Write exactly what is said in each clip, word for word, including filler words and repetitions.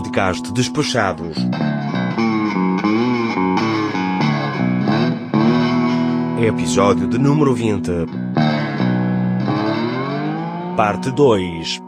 podcast Despachados. Episódio de número vinte. Parte dois.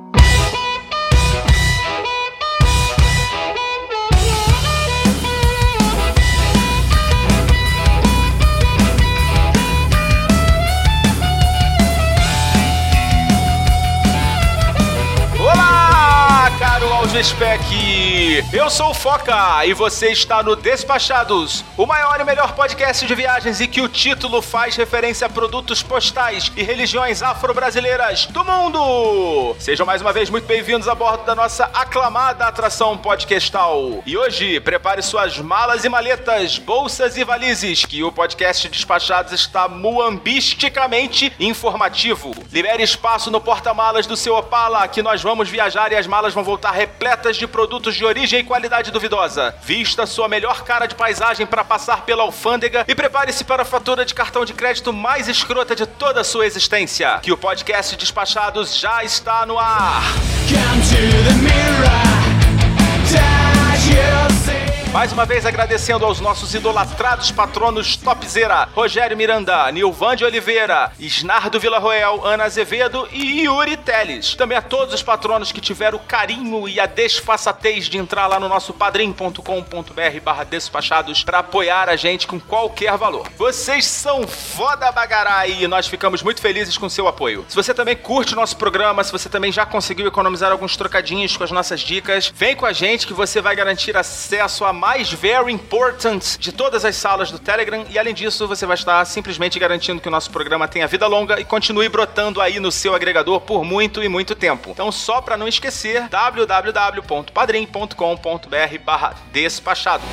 Spec. Eu sou o Foca e você está no Despachados, o maior e melhor podcast de viagens e que o título faz referência a produtos postais e religiões afro-brasileiras do mundo. Sejam mais uma vez muito bem-vindos a bordo da nossa aclamada atração podcastal. E hoje, prepare suas malas e maletas, bolsas e valizes, que o podcast Despachados está muambisticamente informativo. Libere espaço no porta-malas do seu Opala, que nós vamos viajar e as malas vão voltar repletas de produtos de origem e qualidade duvidosa. Vista sua melhor cara de paisagem para passar pela alfândega e prepare-se para a fatura de cartão de crédito mais escrota de toda a sua existência. Que o podcast Despachados já está no ar. Come to the mirror, touch yourself. Mais uma vez agradecendo aos nossos idolatrados patronos Topzera, Rogério Miranda, Nilvande Oliveira, Isnardo Villarroel, Ana Azevedo e Yuri Teles. Também a todos os patronos que tiveram o carinho e a desfaçatez de entrar lá no nosso padrim ponto com ponto br barra despachados para apoiar a gente com qualquer valor. Vocês são foda bagarai e nós ficamos muito felizes com seu apoio. Se você também curte o nosso programa, se você também já conseguiu economizar alguns trocadinhos com as nossas dicas, vem com a gente que você vai garantir acesso a mais very important de todas as salas do Telegram e além disso você vai estar simplesmente garantindo que o nosso programa tenha vida longa e continue brotando aí no seu agregador por muito e muito tempo. Então só para não esquecer, w w w ponto padrim ponto com ponto br barra despachados.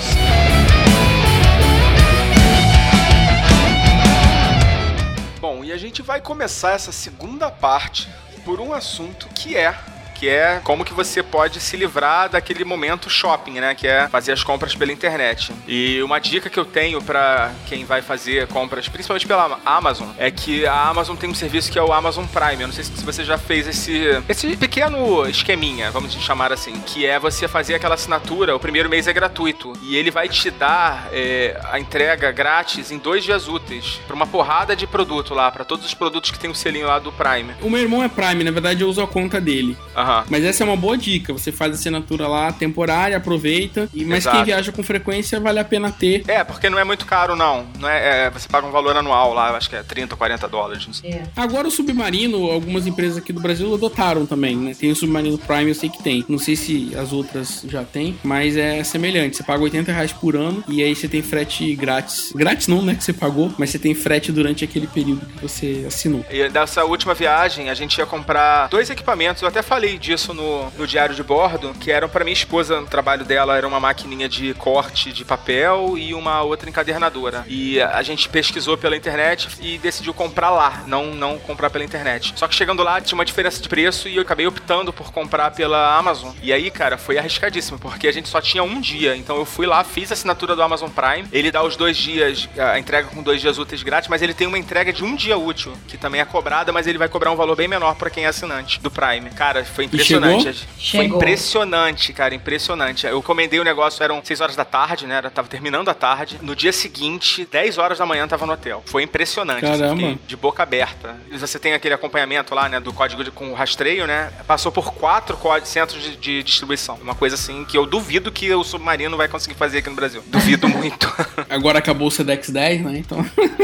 Bom, e a gente vai começar essa segunda parte por um assunto que é que é como que você pode se livrar daquele momento shopping, né? Que é fazer as compras pela internet. E uma dica que eu tenho pra quem vai fazer compras, principalmente pela Amazon, é que a Amazon tem um serviço que é o Amazon Prime. Eu não sei se você já fez esse, esse pequeno esqueminha, vamos chamar assim, que é você fazer aquela assinatura, o primeiro mês é gratuito, e ele vai te dar é, a entrega grátis em dois dias úteis, pra uma porrada de produto lá, pra todos os produtos que tem o selinho lá do Prime. O meu irmão é Prime, na verdade eu uso a conta dele. Uhum. Mas essa é uma boa dica, você faz a assinatura lá temporária, aproveita, e, mas Exato. Quem viaja com frequência vale a pena ter. É, porque não é muito caro não, não é, é, você paga um valor anual lá, eu acho que é trinta, quarenta dólares. Não sei. É. Agora o Submarino, algumas empresas aqui do Brasil adotaram também, né? Tem o Submarino Prime, eu sei que tem, não sei se as outras já tem, mas é semelhante, você paga oitenta reais por ano e aí você tem frete grátis, grátis não, né, que você pagou, mas você tem frete durante aquele período que você assinou. E dessa última viagem, a gente ia comprar dois equipamentos, eu até falei disso no, no diário de bordo, que eram pra minha esposa, o trabalho dela era uma maquininha de corte de papel e uma outra encadernadora. E a gente pesquisou pela internet e decidiu comprar lá, não, não comprar pela internet. Só que chegando lá tinha uma diferença de preço e eu acabei optando por comprar pela Amazon. E aí, cara, foi arriscadíssimo, porque a gente só tinha um dia, então eu fui lá, fiz a assinatura do Amazon Prime, ele dá os dois dias, a entrega com dois dias úteis grátis, mas ele tem uma entrega de um dia útil, que também é cobrada, mas ele vai cobrar um valor bem menor pra quem é assinante do Prime. Cara, foi impressionante. Chegou? Foi impressionante, cara, impressionante. Eu encomendei o negócio, eram seis horas da tarde, né? Eu tava terminando a tarde. No dia seguinte, dez horas da manhã, tava no hotel. Foi impressionante. Caramba. Assim, de boca aberta. E você tem aquele acompanhamento lá, né? Do código de, com rastreio, né? Passou por quatro códigos, centros de, de distribuição. Uma coisa assim que eu duvido que o Submarino vai conseguir fazer aqui no Brasil. Duvido muito. Agora acabou o Sedex dez, né? Então...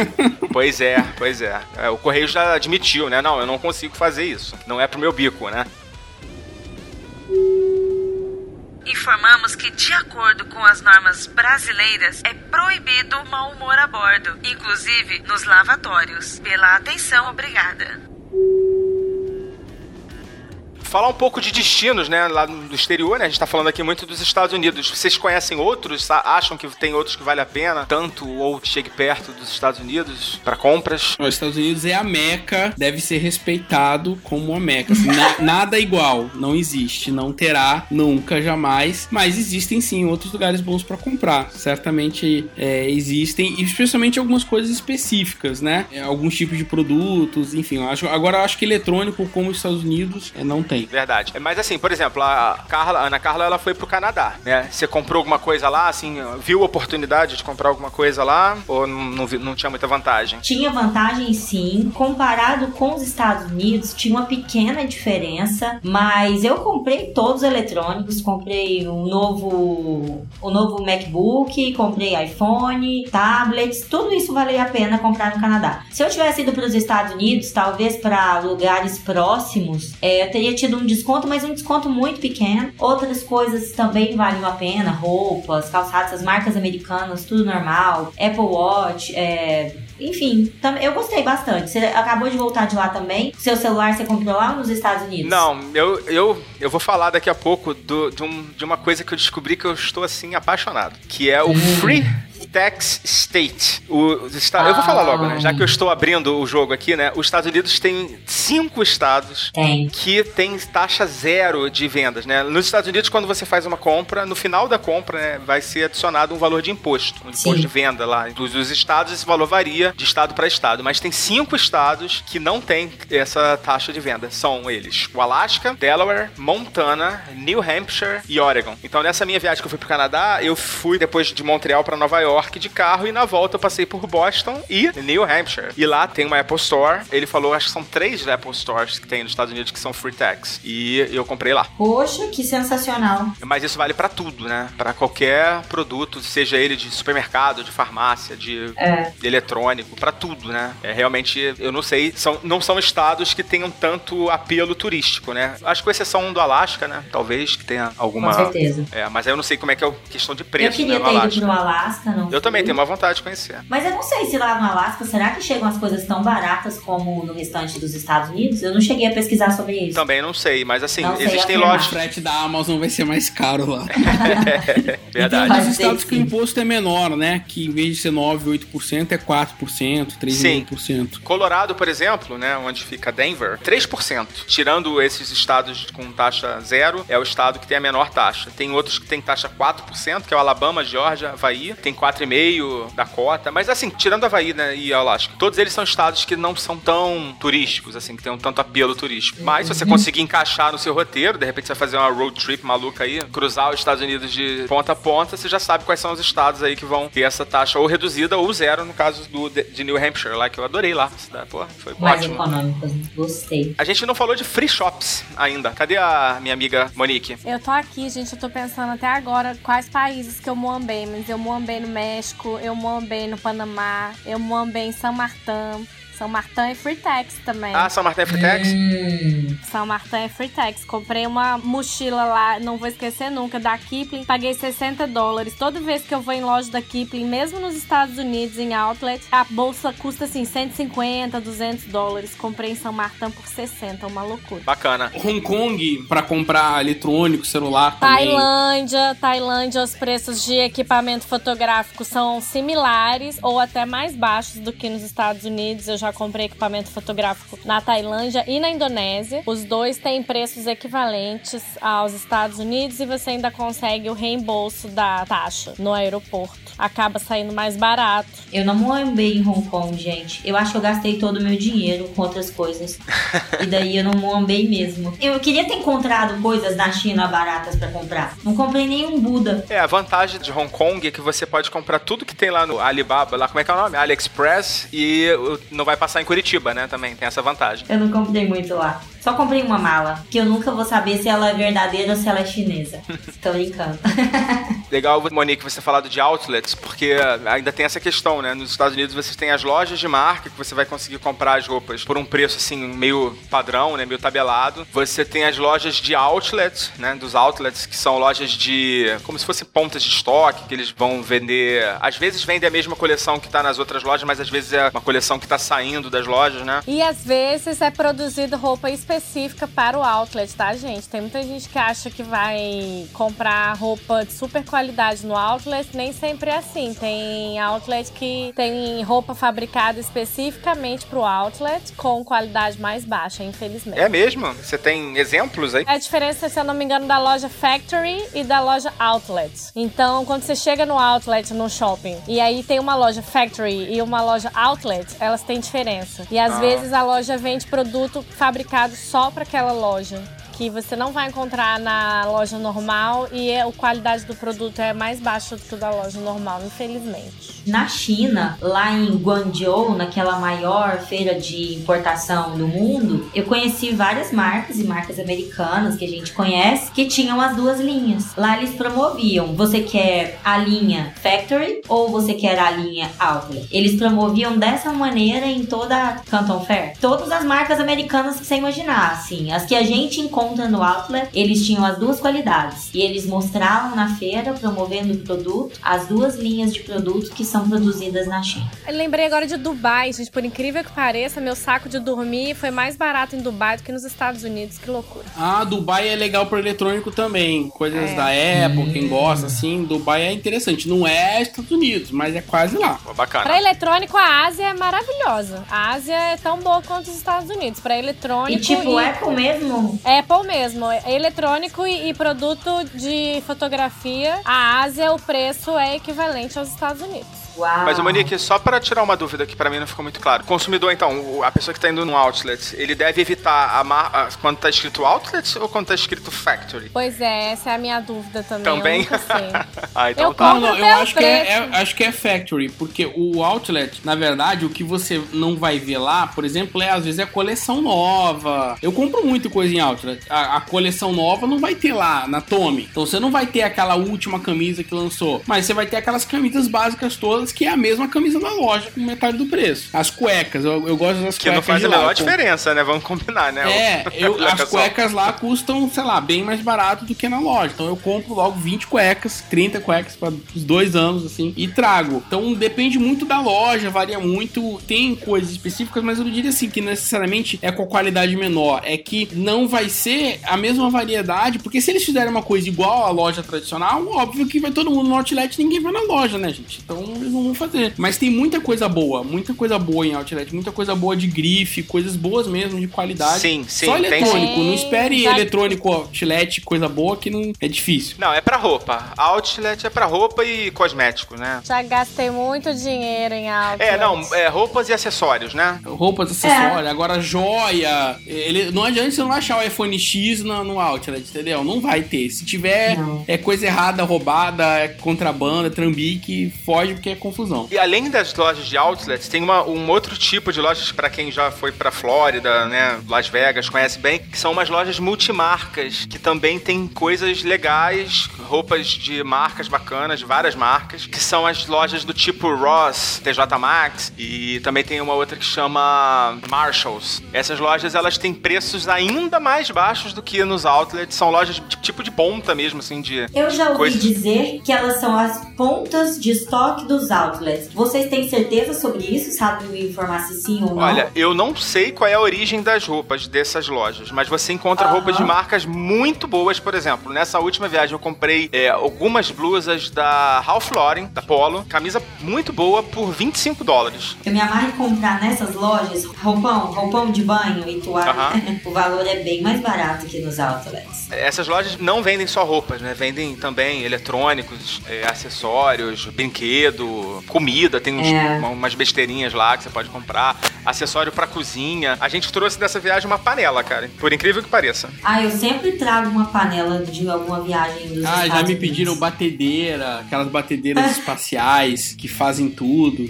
Pois é, pois é. é. O Correio já admitiu, né? Não, eu não consigo fazer isso. Não é pro meu bico, né? Informamos que, de acordo com as normas brasileiras, é proibido mau humor a bordo, inclusive nos lavatórios. Pela atenção, obrigada. Falar um pouco de destinos, né, lá do exterior, né, a gente tá falando aqui muito dos Estados Unidos. Vocês conhecem outros? Acham que tem outros que vale a pena? Tanto ou chegue perto dos Estados Unidos para compras? Os Estados Unidos é a Meca, deve ser respeitado como a Meca. Assim, na, nada igual, não existe, não terá, nunca, jamais. Mas existem sim outros lugares bons para comprar. Certamente é, existem, e especialmente algumas coisas específicas, né? É, alguns tipos de produtos, enfim. Eu acho, agora eu acho que eletrônico, como os Estados Unidos, é, não tem. sei. Verdade. Mas assim, por exemplo, a Carla, a Ana Carla, ela foi pro Canadá, né? Você comprou alguma coisa lá, assim, viu a oportunidade de comprar alguma coisa lá? Ou não, não, não tinha muita vantagem? Tinha vantagem, sim. Comparado com os Estados Unidos, tinha uma pequena diferença, mas eu comprei todos os eletrônicos, comprei um novo, um novo MacBook, comprei iPhone, tablets, tudo isso valia a pena comprar no Canadá. Se eu tivesse ido para os Estados Unidos, talvez para lugares próximos, é, eu teria tido um desconto, mas um desconto muito pequeno. Outras coisas também valiam a pena, roupas, calçados, as marcas americanas, tudo normal, Apple Watch, é... enfim, eu gostei bastante. Você acabou de voltar de lá também? Seu celular você comprou lá nos Estados Unidos? Não, eu, eu, eu vou falar daqui a pouco do, de, um, de uma coisa que eu descobri que eu estou, assim, apaixonado, que é o hum. Free Tax State. O, ah. Eu vou falar logo, né? Já que eu estou abrindo o jogo aqui, né? Os Estados Unidos tem cinco estados tem. que tem taxa zero de vendas, né? Nos Estados Unidos, quando você faz uma compra, no final da compra, né, vai ser adicionado um valor de imposto, um imposto Sim. de venda lá. Dos, dos estados, esse valor varia de estado para estado, mas tem cinco estados que não tem essa taxa de venda. São eles: o Alasca, Delaware, Montana, New Hampshire e Oregon. Então, nessa minha viagem que eu fui pro Canadá, eu fui depois de Montreal para Nova York de carro, e na volta eu passei por Boston e New Hampshire. E lá tem uma Apple Store. Ele falou, acho que são três Apple Stores que tem nos Estados Unidos que são free tax. E eu comprei lá. Poxa, que sensacional. Mas isso vale pra tudo, né? Pra qualquer produto, seja ele de supermercado, de farmácia, de é. eletrônico, pra tudo, né? É, realmente, eu não sei, são, não são estados que tenham tanto apelo turístico, né? Acho que com exceção do Alasca, né? Talvez que tenha alguma... Com certeza. É, mas aí eu não sei como é que é a questão de preço, eu queria né, ter Alasca. ido pro Alasca, não Eu também tenho uma vontade de conhecer. Mas eu não sei se lá no Alasca, será que chegam as coisas tão baratas como no restante dos Estados Unidos? Eu não cheguei a pesquisar sobre isso. Também não sei, mas assim, não existem lojas... O frete da Amazon vai ser mais caro lá. É, verdade. Tem uns estados que o imposto é menor, né? Que em vez de ser nove, oito por cento é quatro por cento, três vírgula cinco por cento. Sim. Colorado, por exemplo, né, onde fica Denver, três por cento. Tirando esses estados com taxa zero, é o estado que tem a menor taxa. Tem outros que tem taxa quatro por cento, que é o Alabama, Georgia, Havaí. Tem quatro vírgula cinco por cento, Dakota. Mas assim, tirando Havaí, né, e Alasca, todos eles são estados que não são tão turísticos, assim, que tem um tanto apelo turístico. Mas se você conseguir encaixar no seu roteiro, de repente você vai fazer uma road trip maluca aí, cruzar os Estados Unidos de ponta a ponta, você já sabe quais são os estados aí que vão ter essa taxa ou reduzida ou zero, no caso do, de New Hampshire, lá, que eu adorei lá. Pô, foi mais ótimo. Econômicos, gostei. A gente não falou de free shops ainda. Cadê a minha amiga Monique? Eu tô aqui, gente, eu tô pensando até agora quais países que eu moambei, mas eu moambei no México, eu moambei no Panamá, eu moambei em São Martin. São Martin é free tax também. Ah, São Martin é free tax? Hum. São Martin é free tax. Comprei uma mochila lá, não vou esquecer nunca, da Kipling. Paguei sessenta dólares. Toda vez que eu vou em loja da Kipling, mesmo nos Estados Unidos, em outlet, a bolsa custa assim cento e cinquenta, duzentos dólares. Comprei em São Martin por sessenta, uma loucura. Bacana. Hong Kong, pra comprar eletrônico, celular também. Tailândia, Tailândia, os preços de equipamento fotográfico são similares ou até mais baixos do que nos Estados Unidos. Eu já comprei equipamento fotográfico na Tailândia e na Indonésia. Os dois têm preços equivalentes aos Estados Unidos e você ainda consegue o reembolso da taxa no aeroporto. Acaba saindo mais barato. Eu não moambei em Hong Kong, gente. Eu acho que eu gastei todo o meu dinheiro com outras coisas. E daí eu não moambei mesmo. Eu queria ter encontrado coisas da China baratas pra comprar. Não comprei nenhum Buda. É, a vantagem de Hong Kong é que você pode comprar tudo que tem lá no Alibaba, lá como é que é o nome? AliExpress, e não vai passar em Curitiba, né? Também tem essa vantagem. Eu não comprei muito lá. Só comprei uma mala, que eu nunca vou saber se ela é verdadeira ou se ela é chinesa. Tô brincando. Legal, Monique, você ter falado de outlets, porque ainda tem essa questão, né? Nos Estados Unidos você tem as lojas de marca que você vai conseguir comprar as roupas por um preço, assim, meio padrão, né? Meio tabelado. Você tem as lojas de outlets, né? Dos outlets, que são lojas de... como se fossem pontas de estoque, que eles vão vender... Às vezes vendem a mesma coleção que tá nas outras lojas, mas às vezes é uma coleção que tá saindo das lojas, né? E às vezes é produzido roupa específica para o outlet, tá, gente? Tem muita gente que acha que vai comprar roupa de super qualidade no outlet, nem sempre é assim. Tem outlet que tem roupa fabricada especificamente pro outlet com qualidade mais baixa, infelizmente. É mesmo? Você tem exemplos aí? A diferença, se eu não me engano, da loja factory e da loja outlet. Então, quando você chega no outlet, no shopping, e aí tem uma loja factory e uma loja outlet, elas têm diferença. E às ah. vezes a loja vende produto fabricado só para aquela loja. que você não vai encontrar na loja normal e a qualidade do produto é mais baixa do que o da loja normal, infelizmente. Na China, lá em Guangzhou, naquela maior feira de importação do mundo, eu conheci várias marcas e marcas americanas que a gente conhece que tinham as duas linhas. Lá eles promoviam, você quer a linha Factory ou você quer a linha Outlet? Eles promoviam dessa maneira em toda a Canton Fair. Todas as marcas americanas que você imaginar, assim, as que a gente encontra no Outlet, eles tinham as duas qualidades. E eles mostravam na feira, promovendo o produto, as duas linhas de produto que são produzidas na China. Eu lembrei agora de Dubai, gente, por incrível que pareça, meu saco de dormir foi mais barato em Dubai do que nos Estados Unidos, que loucura. Ah, Dubai é legal pro eletrônico também, coisas É. da Apple, quem gosta, assim, Dubai é interessante, não é Estados Unidos, mas é quase lá. Pô, bacana. Pra eletrônico, a Ásia é maravilhosa. A Ásia é tão boa quanto os Estados Unidos. Pra eletrônico E tipo, e... Apple mesmo? Apple mesmo. Eletrônico e, e produto de fotografia, a Ásia, o preço é equivalente aos Estados Unidos. Uau. Mas, Monique, só para tirar uma dúvida que pra mim não ficou muito claro. O consumidor, então, o- a pessoa que tá indo num outlet, ele deve evitar a mar... a- quando tá escrito outlet ou quando tá escrito factory? Pois é, essa é a minha dúvida também. Também? Eu nunca sei. Ah, então Eu tá. compro Não, não, eu pelo acho que, é, preço. é- acho que é factory, porque o outlet, na verdade, o que você não vai ver lá, por exemplo, é às vezes é coleção nova. Eu compro muito coisa em outlet. A, a coleção nova não vai ter lá na Tommy. Então você não vai ter aquela última camisa que lançou, mas você vai ter aquelas camisas básicas todas, que é a mesma camisa da loja, com metade do preço. As cuecas, eu, eu gosto das Que não cuecas faz de a lá. menor Eu compro- diferença, né? Vamos combinar, né? É, eu, Olha as só. cuecas lá custam, sei lá, bem mais barato do que na loja. Então eu compro logo vinte cuecas, trinta cuecas para os dois anos, assim, e trago. Então depende muito da loja, varia muito. Tem coisas específicas, mas eu não diria assim que necessariamente é com a qualidade menor. É que não vai ser a mesma variedade, porque se eles fizerem uma coisa igual à loja tradicional, óbvio que vai todo mundo no outlet e ninguém vai na loja, né, gente? Então eles não vão fazer. Mas tem muita coisa boa, muita coisa boa em outlet, muita coisa boa de grife, coisas boas mesmo, de qualidade. Sim, sim, Só tem eletrônico, sim. não espere Já- eletrônico, outlet, coisa boa, que não é difícil. Não, é pra roupa. Outlet é pra roupa e cosmético, né? Já gastei muito dinheiro em outlet. É, não, é roupas e acessórios, né? Roupas, acessórios, agora joia. Ele, não adianta você não achar o iPhone X no, no outlet, entendeu? Não vai ter. Se tiver Não. é coisa errada, roubada, é contrabando, é trambique, foge porque é confusão. E além das lojas de outlets, tem uma, um outro tipo de lojas pra quem já foi pra Flórida, né, Las Vegas, conhece bem, que são umas lojas multimarcas, que também tem coisas legais, roupas de marcas bacanas, várias marcas, que são as lojas do tipo Ross, T J Maxx, e também tem uma outra que chama Marshalls. Essas lojas, elas têm preços ainda mais baixos do que nos outlets, são lojas de tipo de ponta mesmo, assim, de... Eu já ouvi coisas- dizer que elas são as pontas de estoque dos outlets. Vocês têm certeza sobre isso? Sabem me informar se sim ou não? Olha, eu não sei qual é a origem das roupas dessas lojas, mas você encontra Aham. roupas de marcas muito boas, por exemplo. Nessa última viagem eu comprei é, algumas blusas da Ralph Lauren, da Polo, camisa muito boa por vinte e cinco dólares. Eu me amarro em comprar nessas lojas roupão, roupão de banho e toalha. Aham. O valor é bem mais barato que nos outlets. Essas lojas não vendem só roupas, né? Vendem também eletrônicos, é, acessórios, brinquedo, comida, tem uns, É. uma- umas besteirinhas lá que você pode comprar, acessório pra cozinha. A gente trouxe dessa viagem uma panela, cara, por incrível que pareça. Ah, eu sempre trago uma panela de alguma viagem dos Ah, Estados já me Unidos. pediram batedeira, aquelas batedeiras espaciais que fazem tudo.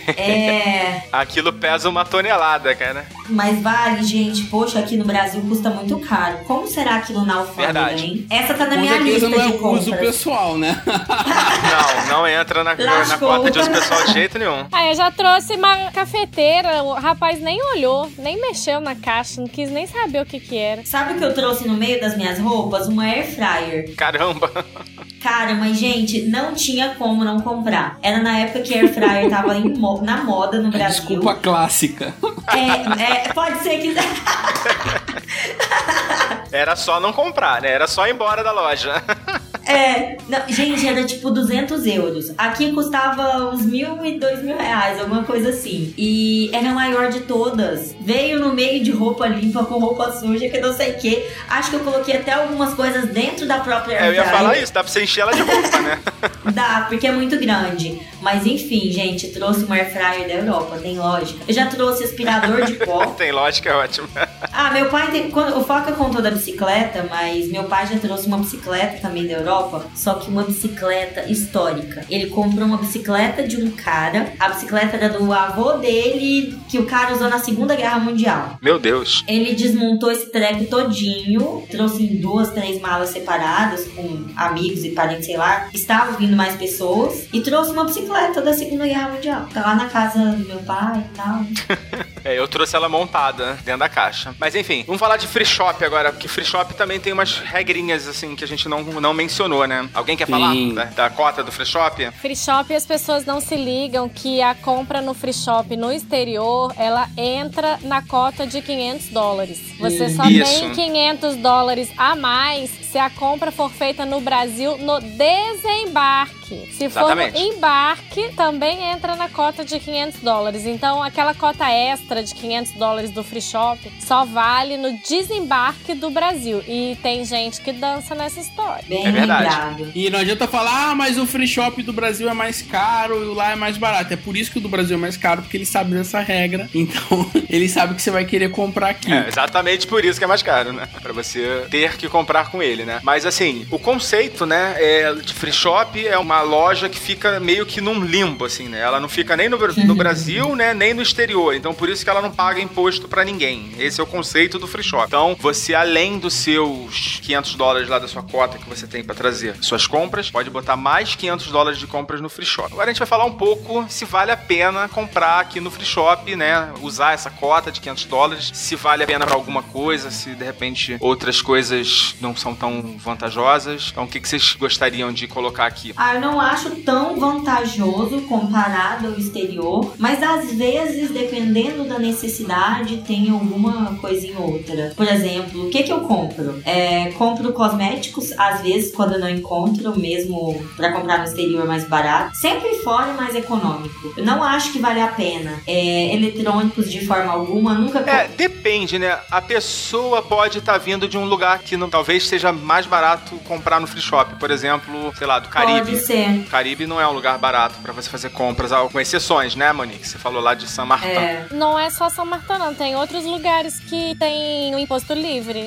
É, Aquilo pesa uma tonelada, cara. mas vale, gente. Poxa, aqui no Brasil custa muito caro. Como será aquilo na alfândega, Verdade. hein? Essa tá na Com minha certeza lista não é de o uso compras. pessoal, né? Não, não entra na, na Lascou. cota de uso pessoal de jeito nenhum. Ah, eu já trouxe uma cafeteira, o rapaz nem olhou, nem mexeu na caixa, não quis nem saber o que que era. Sabe o que eu trouxe no meio das minhas roupas? Uma air fryer. Caramba. Cara, mas gente, não tinha como não comprar. Era na época que air fryer tava em mo- na moda no Brasil. Desculpa clássica. É, é, pode ser que... Era só não comprar, né? Era só ir embora da loja. É, não, gente, era tipo duzentos euros. Aqui custava uns mil e dois mil reais, alguma coisa assim. E era a maior de todas. Veio no meio de roupa limpa com roupa suja, que não sei o que. Acho que eu coloquei até algumas coisas dentro da própria É, eu ia air fryer. falar isso, dá pra você encher ela de roupa, né? Dá, porque é muito grande. Mas enfim, gente, trouxe uma air fryer da Europa, tem lógica. Eu já trouxe aspirador de pó. Tem lógica, é ótimo. Ah, meu pai tem... Quando, o Foca contou da bicicleta, mas meu pai já trouxe uma bicicleta também da Europa, só que uma bicicleta histórica. Ele comprou uma bicicleta de um cara, a bicicleta era do avô dele, que o cara usou na Segunda Guerra Mundial. Meu Deus. Ele desmontou esse treco todinho, trouxe em duas, três malas separadas, com amigos e parentes, sei lá. Estavam vindo mais pessoas, e trouxe uma bicicleta da Segunda Guerra Mundial. Tá lá na casa do meu pai e tal. É, eu trouxe ela montada dentro da caixa. Mas enfim, vamos falar de free shop agora, porque free shop também tem umas regrinhas, assim, que a gente não, não mencionou, né? Alguém quer Sim. falar da, da cota do free shop? Free shop, as pessoas não se ligam que a compra no free shop no exterior, ela entra na cota de quinhentos dólares. Você só Isso. tem quinhentos dólares a mais se a compra for feita no Brasil no desembarque. Se Exatamente. for no embarque, também entra na cota de quinhentos dólares. Então, aquela cota extra de quinhentos dólares do free shop só vale no desembarque do Brasil. E tem gente que dança nessa história. Bem É verdade. lembrado. E não adianta falar, ah, mas o free shop do Brasil é mais caro e o lá é mais barato. É por isso que o do Brasil é mais caro, porque ele sabe dessa regra. Então, ele sabe que você vai querer comprar aqui. É, exatamente por isso que é mais caro, né? Pra você ter que comprar com ele, né? Mas assim, o conceito, né, é, de free shop é uma loja que fica meio que num limbo, assim, né? Ela não fica nem no, no Brasil, né, nem no exterior. Então, por isso que ela não paga imposto pra ninguém. Esse é o conceito do free shop. Então, você, além dos seus quinhentos dólares lá da sua cota que você tem pra trazer suas compras, pode botar mais quinhentos dólares de compras no free shop. Agora a gente vai falar um pouco se vale a pena comprar aqui no free shop, né? Usar essa cota de quinhentos dólares, se vale a pena pra alguma coisa, se de repente outras coisas não são tão vantajosas. Então, o que, que vocês gostariam de colocar aqui? Ah, eu não acho tão vantajoso comparado ao exterior, mas às vezes, dependendo da necessidade, tem alguma coisinha ou outra. Por exemplo, o que que eu compro? É, compro cosméticos, às vezes, quando eu não encontro, mesmo pra comprar no exterior mais barato. Sempre fora é mais econômico. Eu não acho que vale a pena. É, eletrônicos, de forma alguma, nunca... É, depende, né? A pessoa pode estar vindo de um lugar que não, talvez seja mais barato comprar no free shop. Por exemplo, sei lá, do Caribe. Pode ser. O Caribe não é um lugar barato pra você fazer compras, com exceções, né, Monique? Você falou lá de San Martin. É. Não é só São Martin, não. Tem outros lugares que tem o imposto livre,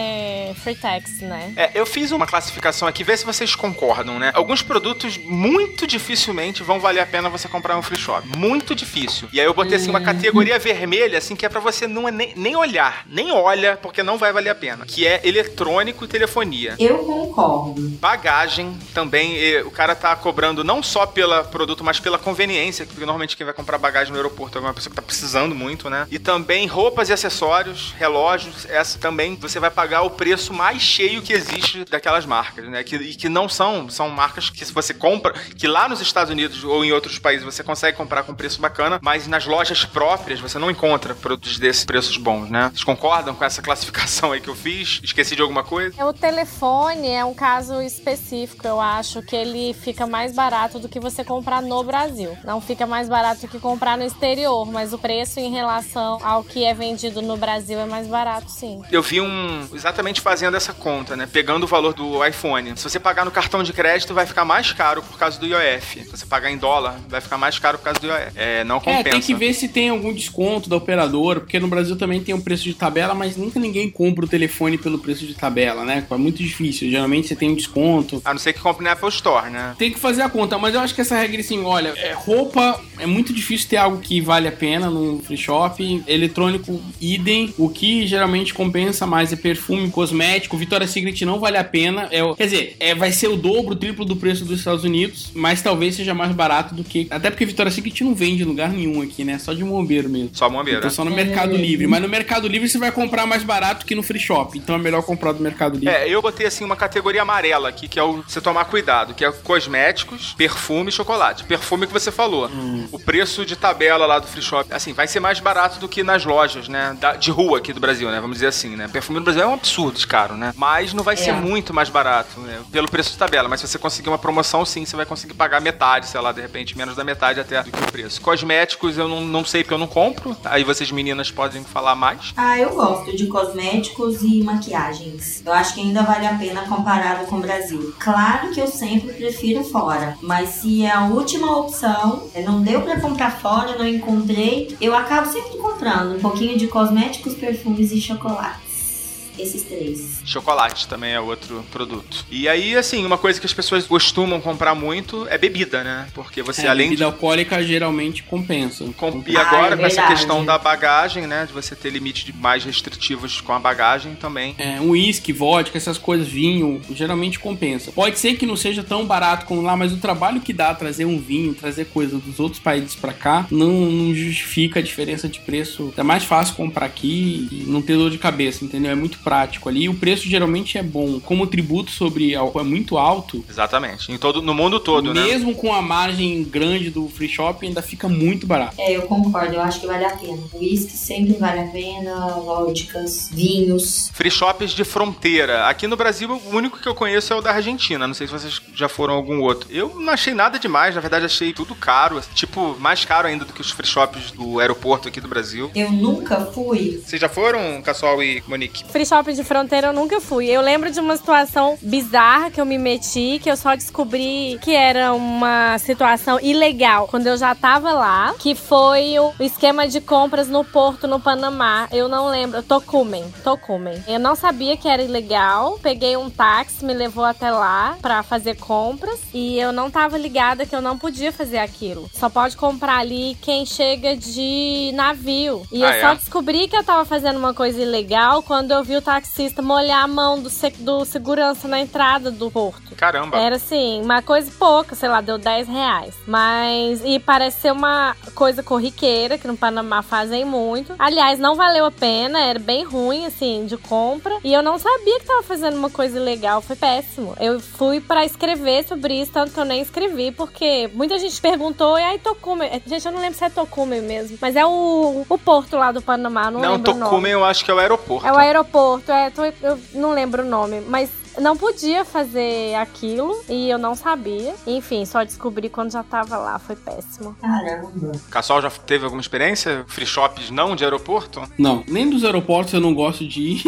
é, free tax, né? É, eu fiz uma classificação aqui, vê se vocês concordam, né? Alguns produtos muito dificilmente vão valer a pena você comprar no free shop. Muito difícil. E aí eu botei assim uma categoria vermelha, assim, que é pra você não nem, nem olhar. Nem olha, porque não vai valer a pena. Que é eletrônico e telefonia. Eu concordo. Bagagem também, o cara tá cobrando não só pelo produto, mas pela conveniência, porque normalmente quem vai comprar bagagem no aeroporto é uma pessoa que tá precisando muito, né? E também roupas e acessórios, relógios, essa também você vai pagar o preço mais cheio que existe daquelas marcas, né? Que, e que não são, são marcas que se você compra, que lá nos Estados Unidos ou em outros países você consegue comprar com preço bacana, mas nas lojas próprias você não encontra produtos desses preços bons, né? Vocês concordam com essa classificação aí que eu fiz? Esqueci de alguma coisa? O telefone é um caso específico, eu acho que ele fica mais barato do que você comprar no Brasil. Não fica mais barato do que comprar no exterior, mas o preço em relação ao que é vendido no Brasil é mais barato, sim. Eu vi um exatamente fazendo essa conta, né? Pegando o valor do iPhone. Se você pagar no cartão de crédito, vai ficar mais caro por causa do I O F. Se você pagar em dólar, vai ficar mais caro por causa do I O F. É, não compensa. É, tem que ver se tem algum desconto da operadora, porque no Brasil também tem um preço de tabela, mas nunca ninguém compra o telefone pelo preço de tabela, né? É muito difícil. Geralmente você tem um desconto. A não ser que compre na Apple Store, né? Tem que fazer a conta, mas eu acho que essa regra, assim, olha, é, roupa, é muito difícil ter algo que vale a pena no free shop. Eletrônico, idem. O que geralmente compensa mais é perfume, cosmético. Victoria's Secret não vale a pena. É, quer dizer, é, vai ser o dobro, o triplo do preço dos Estados Unidos, mas talvez seja mais barato do que... Até porque Victoria's Secret não vende em lugar nenhum aqui, né? Só de bombeiro mesmo. Só bombeiro. Então só no Mercado Livre. Mas no Mercado Livre você vai comprar mais barato que no free shop. Então é melhor comprar do Mercado Livre. É, eu botei assim uma categoria amarela aqui, que é o você tomar cuidado, que é cosméticos, perfume e chocolate. Perfume que você falou. Hum. O preço de tabela lá do free shop, assim, vai ser mais barato do que nas lojas, né? Da, de rua aqui do Brasil, né? Vamos dizer assim, né? Perfume no Brasil é um absurdo de caro, né? Mas não vai é. ser muito mais barato, né? Pelo preço de tabela. Mas se você conseguir uma promoção, sim, você vai conseguir pagar metade, sei lá, de repente, menos da metade até do que o preço. Cosméticos eu não, não sei porque eu não compro. Aí vocês meninas podem falar mais. Ah, eu gosto de cosméticos e maquiagens. Eu acho que ainda vale a pena comparado com o Brasil. Claro que eu sempre prefiro fora, mas se é a última opção, não deu pra comprar fora, não encontrei, eu acabo acabo sempre comprando um pouquinho de cosméticos, perfumes e chocolates. Esses três. Chocolate também é outro produto. E aí, assim, uma coisa que as pessoas costumam comprar muito é bebida, né? Porque você, é, além bebida de... alcoólica geralmente compensa. Com... E agora, ah, é com essa questão da bagagem, né? De você ter limites mais restritivos com a bagagem também. É, um uísque, vodka, essas coisas, vinho, geralmente compensa. Pode ser que não seja tão barato como lá, mas o trabalho que dá trazer um vinho, trazer coisa dos outros países pra cá, não, não justifica a diferença de preço. É mais fácil comprar aqui e não ter dor de cabeça, entendeu? É muito prático ali. E o preço geralmente é bom. Como o tributo sobre álcool é muito alto... Exatamente. Em todo, no mundo todo, mesmo né? Mesmo com a margem grande do free shop, ainda fica muito barato. É, eu concordo. Eu acho que vale a pena. O uísque sempre vale a pena, vodkas, vinhos. Free shops de fronteira. Aqui no Brasil, o único que eu conheço é o da Argentina. Não sei se vocês já foram a algum outro. Eu não achei nada demais. Na verdade, achei tudo caro. Tipo, mais caro ainda do que os free shops do aeroporto aqui do Brasil. Eu nunca fui. Vocês já foram, Cassol e Monique? Free shop de fronteira eu nunca fui. Eu lembro de uma situação bizarra que eu me meti, que eu só descobri que era uma situação ilegal quando eu já tava lá, que foi o esquema de compras no porto no Panamá. Eu não lembro. Tocumen. Tocumen. Eu não sabia que era ilegal. Peguei um táxi, me levou até lá pra fazer compras e eu não tava ligada que eu não podia fazer aquilo. Só pode comprar ali quem chega de navio. E ah, eu é? só descobri que eu tava fazendo uma coisa ilegal quando eu vi o taxista molhar a mão do, se- do segurança na entrada do porto. Caramba! Era assim, uma coisa pouca, sei lá, deu dez reais. Mas, e parece ser uma coisa corriqueira, que no Panamá fazem muito. Aliás, não valeu a pena, era bem ruim, assim, de compra. E eu não sabia que tava fazendo uma coisa ilegal, foi péssimo. Eu fui pra escrever sobre isso, tanto que eu nem escrevi, porque muita gente perguntou, e aí Tocumen? Gente, eu não lembro se é Tocumen mesmo, mas é o, o porto lá do Panamá, não, não lembro o nome. Não, Tocumen eu acho que é o aeroporto. É o aeroporto, é, tô, eu não lembro o nome, mas não podia fazer aquilo e eu não sabia. Enfim, só descobri quando já tava lá, foi péssimo. Caramba. Cassol já teve alguma experiência? Free shops não de aeroporto? Não, nem dos aeroportos eu não gosto de ir.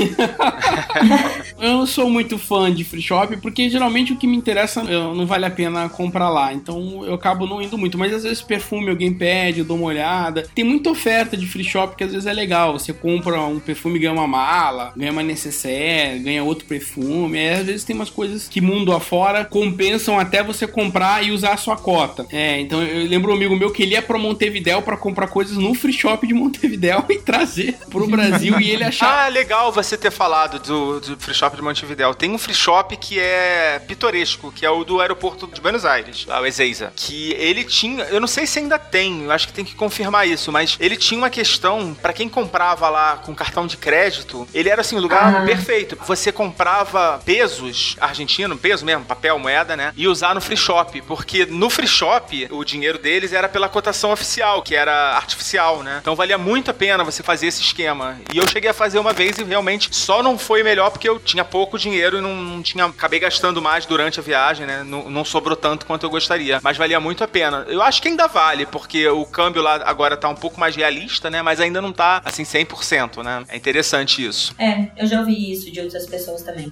Eu não sou muito fã de free shop, porque geralmente o que me interessa eu, não vale a pena comprar lá. Então eu acabo não indo muito. Mas às vezes perfume alguém pede, eu dou uma olhada. Tem muita oferta de free shop que às vezes é legal. Você compra um perfume e ganha uma mala, ganha uma necessaire, ganha outro perfume. É, às vezes tem umas coisas que mundo afora compensam até você comprar e usar a sua cota. É, então eu lembro um amigo meu que ele ia pra Montevidéu pra comprar coisas no free shop de Montevidéu e trazer pro Brasil e ele achava... Ah, legal você ter falado do, do free shop de Montevidéu. Tem um free shop que é pitoresco, que é o do aeroporto de Buenos Aires, o Ezeiza, que ele tinha, eu não sei se ainda tem, eu acho que tem que confirmar isso, mas ele tinha uma questão, pra quem comprava lá com cartão de crédito, ele era assim, o lugar ah. perfeito. Você comprava pesos argentino, peso mesmo, papel, moeda, né? E usar no free shop, porque no free shop o dinheiro deles era pela cotação oficial, que era artificial, né? Então valia muito a pena você fazer esse esquema. E eu cheguei a fazer uma vez e realmente só não foi melhor porque eu tinha pouco dinheiro e não, não tinha... Acabei gastando mais durante a viagem, né? Não, não sobrou tanto quanto eu gostaria. Mas valia muito a pena. Eu acho que ainda vale, porque o câmbio lá agora tá um pouco mais realista, né? Mas ainda não tá, assim, cem por cento, né? É interessante isso. É, eu já ouvi isso de outras pessoas também.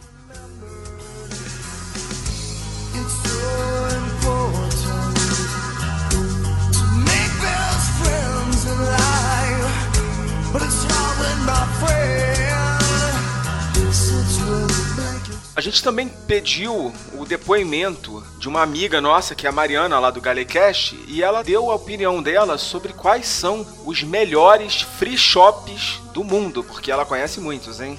A gente também pediu o depoimento de uma amiga nossa, que é a Mariana, lá do Galecast, e ela deu a opinião dela sobre quais são os melhores free shops do mundo, porque ela conhece muitos, hein?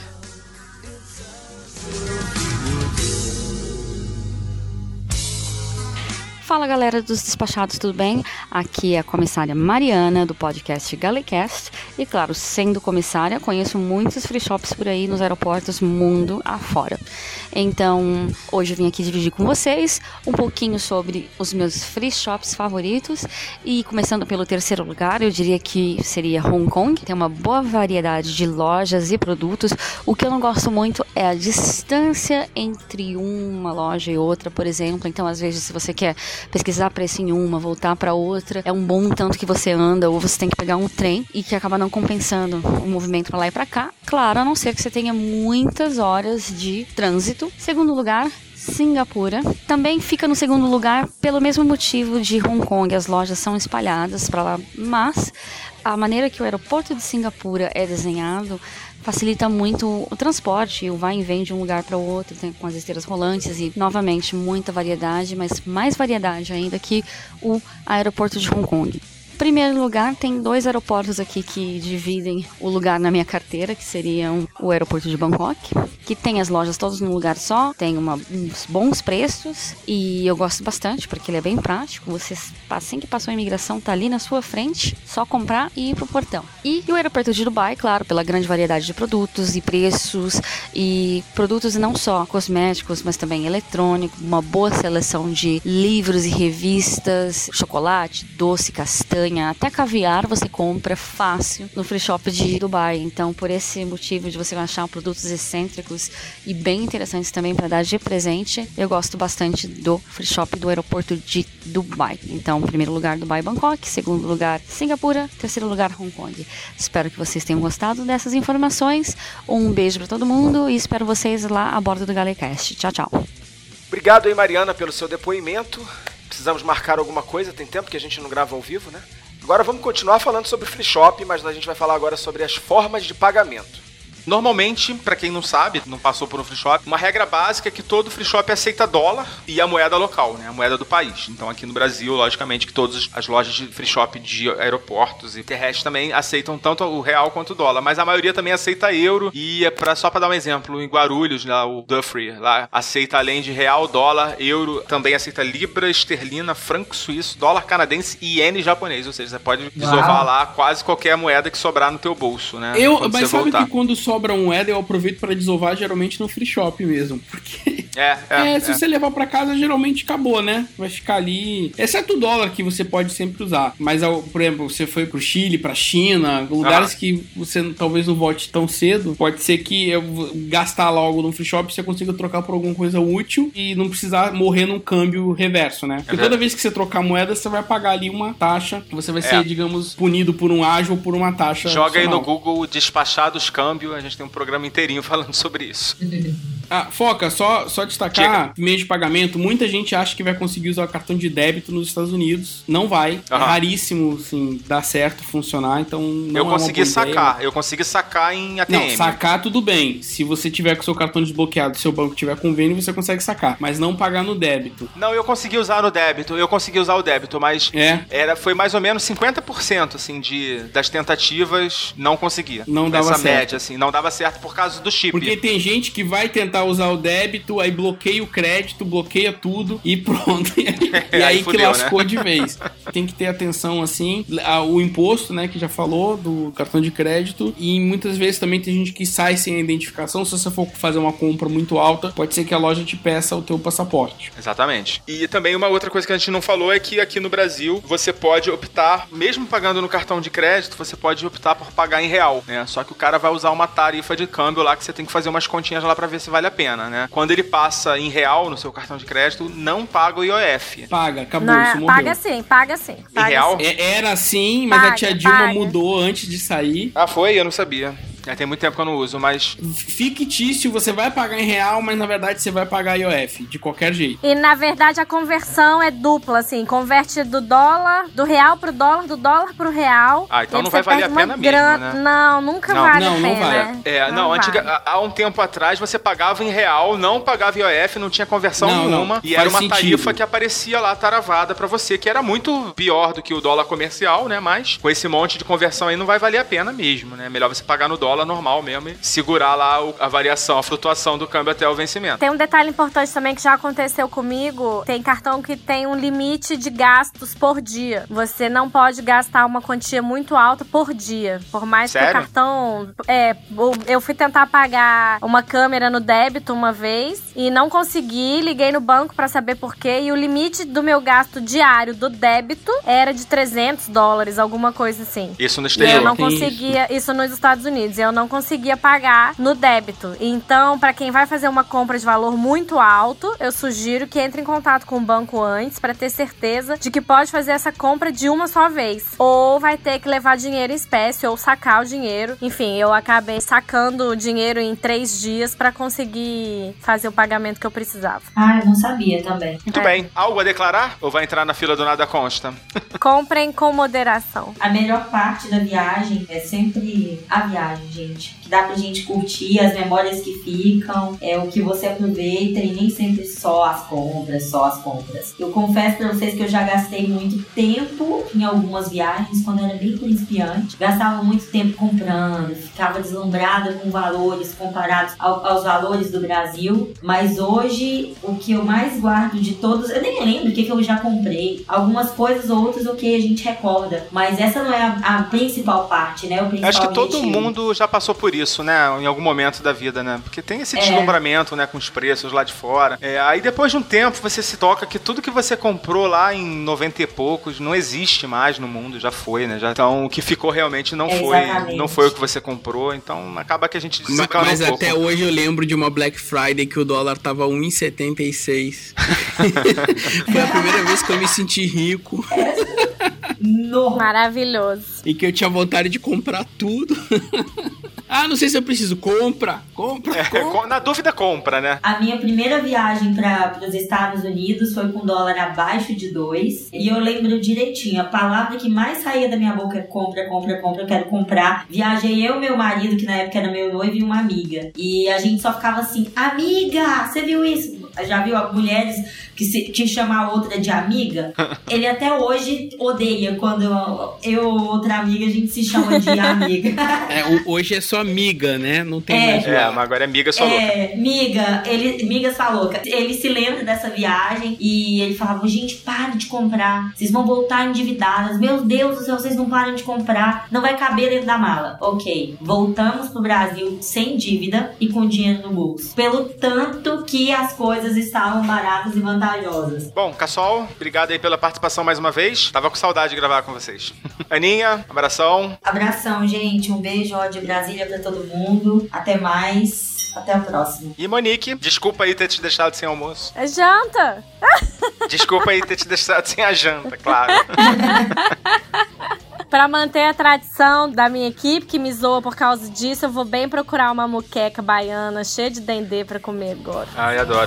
Fala galera dos Despachados, tudo bem? Aqui é a comissária Mariana do podcast Galecast e claro, sendo comissária, conheço muitos free shops por aí nos aeroportos mundo afora. Então, hoje eu vim aqui dividir com vocês um pouquinho sobre os meus free shops favoritos e começando pelo terceiro lugar, eu diria que seria Hong Kong. Tem uma boa variedade de lojas e produtos. O que eu não gosto muito é a distância entre uma loja e outra, por exemplo. Então, às vezes, se você quer pesquisar preço em uma, voltar para outra, é um bom tanto que você anda ou você tem que pegar um trem e que acaba não compensando o movimento para lá e para cá. Claro, a não ser que você tenha muitas horas de trânsito. Segundo lugar, Singapura. Também fica no segundo lugar pelo mesmo motivo de Hong Kong. As lojas são espalhadas para lá, mas a maneira que o aeroporto de Singapura é desenhado facilita muito o transporte, o vai e vem de um lugar para o outro, tem, com as esteiras rolantes e, novamente, muita variedade, mas mais variedade ainda que o aeroporto de Hong Kong. Em primeiro lugar, tem dois aeroportos aqui que dividem o lugar na minha carteira, que seriam o aeroporto de Bangkok, que tem as lojas todas num lugar só, tem uma, uns bons preços e eu gosto bastante porque ele é bem prático. Você, assim que passou a imigração, tá ali na sua frente, só comprar e ir pro portão. E o aeroporto de Dubai, claro, pela grande variedade de produtos e preços, e produtos não só cosméticos, mas também eletrônicos, uma boa seleção de livros e revistas, chocolate, doce, castanha, até caviar você compra fácil no free shop de Dubai. Então, por esse motivo de você achar produtos excêntricos e bem interessantes também para dar de presente, eu gosto bastante do free shop do aeroporto de Dubai. Então, primeiro lugar, Dubai, Bangkok. Segundo lugar, Singapura. Terceiro lugar, Hong Kong. Espero que vocês tenham gostado dessas informações. Um beijo para todo mundo e espero vocês lá a bordo do Galecast. Tchau, tchau. Obrigado aí, Mariana, pelo seu depoimento. Precisamos marcar alguma coisa, tem tempo que a gente não grava ao vivo, né? Agora vamos continuar falando sobre free shop, mas a gente vai falar agora sobre as formas de pagamento. Normalmente, pra quem não sabe, não passou por um free shop, uma regra básica é que todo free shop aceita dólar e a moeda local, né? A moeda do país. Então aqui no Brasil, logicamente, que todas as lojas de free shop de aeroportos e terrestres também aceitam tanto o real quanto o dólar, mas a maioria também aceita euro e é pra, só pra dar um exemplo, em Guarulhos, lá, o Dufferin, lá aceita além de real, dólar, euro, também aceita libra, esterlina, franco suíço, dólar canadense e iene japonês, ou seja, você pode desovar lá quase qualquer moeda que sobrar no teu bolso, né? Eu, mas sabe voltar. Que quando só sobra moeda, eu aproveito pra desovar geralmente no free shop mesmo, porque é, é, é, se é. você levar pra casa, geralmente acabou, né? Vai ficar ali, exceto o dólar que você pode sempre usar, mas, por exemplo, você foi pro Chile, pra China, lugares ah. que você talvez não volte tão cedo, pode ser que eu gastar logo no free shop, você consiga trocar por alguma coisa útil e não precisar morrer num câmbio reverso, né? Porque é toda vez que você trocar moeda, você vai pagar ali uma taxa, você vai ser, é. digamos, punido por um ágio ou por uma taxa. Joga adicional. Aí no Google Despachados Câmbio, a gente tem um programa inteirinho falando sobre isso. Ah, Foca, só, só destacar, Chega. meio de pagamento, muita gente acha que vai conseguir usar o cartão de débito nos Estados Unidos. Não vai. Uhum. É raríssimo, assim, dar certo, funcionar, então não Eu é consegui uma sacar, ideia. eu consegui sacar em A T M. Não, sacar tudo bem. Se você tiver com o seu cartão desbloqueado, seu banco tiver convênio, você consegue sacar, mas não pagar no débito. Não, eu consegui usar no débito, eu consegui usar o débito, mas é. era, foi mais ou menos cinquenta por cento, assim, de, das tentativas, não conseguia. Não dava Essa certo. média, assim, não dava certo por causa do chip. Porque tem gente que vai tentar usar o débito, aí bloqueia o crédito, bloqueia tudo e pronto. E aí, e aí, aí fudeu, que lascou, né? De vez. Tem que ter atenção, assim, o imposto, né, que já falou, do cartão de crédito, e muitas vezes também tem gente que sai sem a identificação. Se você for fazer uma compra muito alta, pode ser que a loja te peça o teu passaporte. Exatamente. E também uma outra coisa que a gente não falou é que aqui no Brasil você pode optar, mesmo pagando no cartão de crédito, você pode optar por pagar em real, né? Só que o cara vai usar uma tarifa de câmbio lá que você tem que fazer umas continhas lá pra ver se vale a pena, né? Quando ele passa em real no seu cartão de crédito, não paga o I O F. Paga, acabou, não, isso morreu. Paga sim, paga sim. Paga em real? Sim. É, era assim, mas paga, a tia Dilma paga. mudou antes de sair. Ah, foi? Eu não sabia. É, tem muito tempo que eu não uso, mas... Fictício, você vai pagar em real, mas na verdade você vai pagar I O F, de qualquer jeito. E na verdade a conversão é dupla, assim, converte do dólar, do real pro dólar, do dólar pro real. Ah, então não vai valer a pena mesmo, né? Não, nunca não, vale não, a não pena. Vai. É, não, não antiga, vale. há um tempo atrás você pagava em real, não pagava I O F, não tinha conversão não, nenhuma, não, e era uma sentido. tarifa que aparecia lá taravada pra você, que era muito pior do que o dólar comercial, né? Mas com esse monte de conversão aí não vai valer a pena mesmo, né? Melhor você pagar no dólar normal mesmo, segurar lá a variação, a flutuação do câmbio até o vencimento. Tem um detalhe importante também que já aconteceu comigo. Tem cartão que tem um limite de gastos por dia. Você não pode gastar uma quantia muito alta por dia. Por mais Sério? que o cartão... É, eu fui tentar pagar uma câmera no débito uma vez e não consegui. Liguei no banco pra saber por quê. E o limite do meu gasto diário do débito era de trezentos dólares, alguma coisa assim. Isso no E exterior. eu não Tem conseguia... Isso. isso nos Estados Unidos. eu não conseguia pagar no débito. Então, para quem vai fazer uma compra de valor muito alto, eu sugiro que entre em contato com o banco antes para ter certeza de que pode fazer essa compra de uma só vez. Ou vai ter que levar dinheiro em espécie ou sacar o dinheiro. Enfim, eu acabei sacando o dinheiro em três dias para conseguir fazer o pagamento que eu precisava. Ah, eu não sabia também. Muito É. bem. Algo a declarar? Ou vai entrar na fila do Nada Consta? Comprem com moderação. A melhor parte da viagem é sempre a viagem, gente. Que dá pra gente curtir as memórias que ficam, é o que você aproveita e nem sempre só as compras, só as compras. Eu confesso pra vocês que eu já gastei muito tempo em algumas viagens quando eu era bem principiante. Gastava muito tempo comprando, ficava deslumbrada com valores comparados ao, aos valores do Brasil. Mas hoje, o que eu mais guardo de todos, eu nem lembro o que, que eu já comprei. Algumas coisas ou outras, ok, a gente recorda. Mas essa não é a, a principal parte, né? O principal Acho que todo objetivo. mundo já passou por isso, né? Em algum momento da vida, né? Porque tem esse É. deslumbramento, né? Com os preços lá de fora. É, aí depois de um tempo você se toca que tudo que você comprou lá em noventa e poucos não existe mais no mundo, já foi, né? Já, então o que ficou realmente não É, foi exatamente. não foi o que você comprou. Então acaba que a gente Ma- desencana Mas um pouco. até hoje eu lembro de uma Black Friday que o dólar tava um real e setenta e seis. Foi a primeira vez que eu me senti rico No... Maravilhoso. e que eu tinha vontade de comprar tudo. Ah, não sei se eu preciso. Compra, compra, É, compra. com- na dúvida, compra, né? A minha primeira viagem para os Estados Unidos foi com dólar abaixo de dois. E eu lembro direitinho, a palavra que mais saía da minha boca é compra, compra, compra, eu quero comprar. Viajei eu, meu marido, que na época era meu noivo, e uma amiga. E a gente só ficava assim, amiga, você viu isso? Já viu mulheres que se, te chamam a outra de amiga? Ele até hoje odeia quando eu e outra amiga, a gente se chama de amiga. É, o- hoje é só amiga, né? Não tem É. mais o É, A. mas agora é amiga sua louca. É, miga, ele, miga sua louca. Ele se lembra dessa viagem e ele falava, gente, para de comprar. Vocês vão voltar endividadas. Meu Deus do céu, vocês não param de comprar. Não vai caber dentro da mala. Ok, voltamos pro Brasil sem dívida e com dinheiro no bolso. Pelo tanto que as coisas estavam baratas e vantajosas. Bom, Cassol, obrigado aí pela participação mais uma vez. Tava com saudade de gravar com vocês. Aninha, abração. Abração, gente. Um beijo ó, de Brasília pra todo mundo. Até mais. Até o próximo. E Monique, desculpa aí ter te deixado sem almoço. É janta. Desculpa aí ter te deixado sem a janta, claro. Pra manter a tradição da minha equipe, que me zoa por causa disso, eu vou bem procurar uma muqueca baiana cheia de dendê pra comer agora. Ai, adoro.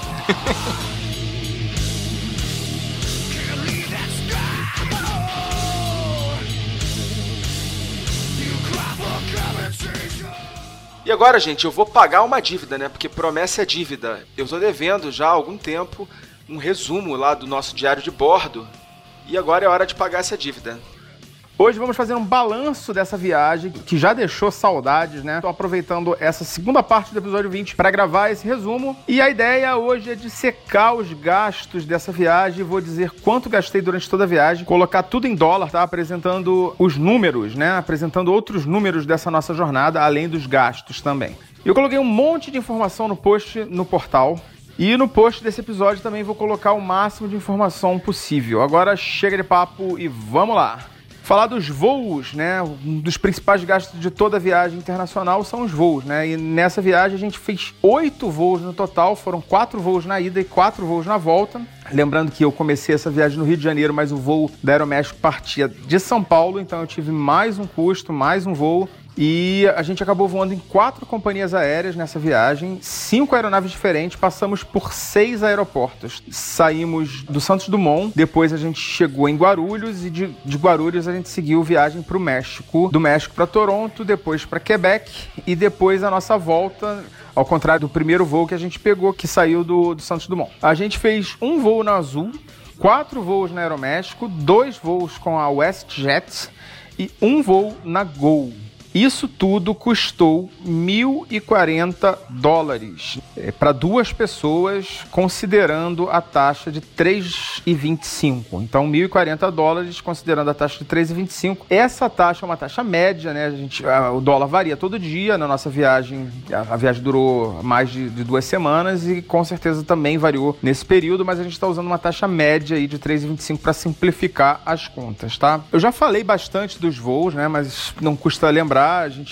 E agora, gente, eu vou pagar uma dívida, né? Porque promessa é dívida. Eu tô devendo já há algum tempo um resumo lá do nosso diário de bordo. E agora é hora de pagar essa dívida. Hoje vamos fazer um balanço dessa viagem, que já deixou saudades, né? Tô aproveitando essa segunda parte do episódio vinte para gravar esse resumo. E a ideia hoje é de secar os gastos dessa viagem. Vou dizer quanto gastei durante toda a viagem, colocar tudo em dólar, tá? Apresentando os números, né? Apresentando outros números dessa nossa jornada, além dos gastos também. Eu coloquei um monte de informação no post no portal. E no post desse episódio também vou colocar o máximo de informação possível. Agora chega de papo e vamos lá! Falar dos voos, né? Um dos principais gastos de toda a viagem internacional são os voos, né? E nessa viagem a gente fez oito voos no total, foram quatro voos na ida e quatro voos na volta. Lembrando que eu comecei essa viagem no Rio de Janeiro, mas o voo da Aeroméxico partia de São Paulo, então eu tive mais um custo, mais um voo. E a gente acabou voando em quatro companhias aéreas nessa viagem, cinco aeronaves diferentes, passamos por seis aeroportos. Saímos do Santos Dumont, depois a gente chegou em Guarulhos e de, de Guarulhos a gente seguiu viagem para o México, do México para Toronto, depois para Quebec e depois a nossa volta, ao contrário do primeiro voo que a gente pegou, que saiu do, do Santos Dumont. A gente fez um voo na Azul, quatro voos na Aeroméxico, dois voos com a WestJet e um voo na Gol. Isso tudo custou mil e quarenta dólares é, para duas pessoas, considerando a taxa de três reais e vinte e cinco. Então, mil e quarenta dólares, considerando a taxa de três reais e vinte e cinco. Essa taxa é uma taxa média, né? A gente, a, o dólar varia todo dia. Na nossa viagem, a, a viagem durou mais de, de duas semanas e com certeza também variou nesse período, mas a gente está usando uma taxa média aí de três reais e vinte e cinco para simplificar as contas, tá? Eu já falei bastante dos voos, né? Mas não custa lembrar. A gente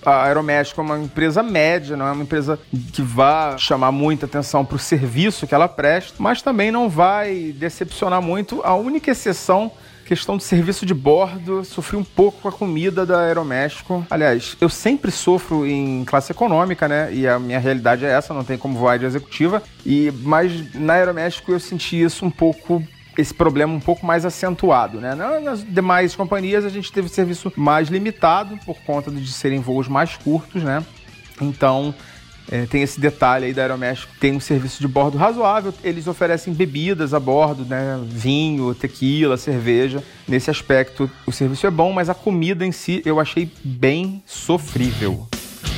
A Aeroméxico é uma empresa média, não é uma empresa que vá chamar muita atenção para o serviço que ela presta, mas também não vai decepcionar muito. A única exceção, questão do serviço de bordo, sofri um pouco com a comida da Aeroméxico. Aliás, eu sempre sofro em classe econômica, né? E a minha realidade é essa, não tem como voar de executiva. E, mas na Aeroméxico eu senti isso um pouco... esse problema um pouco mais acentuado, né? Nas demais companhias a gente teve serviço mais limitado por conta de serem voos mais curtos, né? Então, é, tem esse detalhe aí da Aeroméxico, tem um serviço de bordo razoável, eles oferecem bebidas a bordo, né? Vinho, tequila, cerveja. Nesse aspecto, o serviço é bom, mas a comida em si eu achei bem sofrível.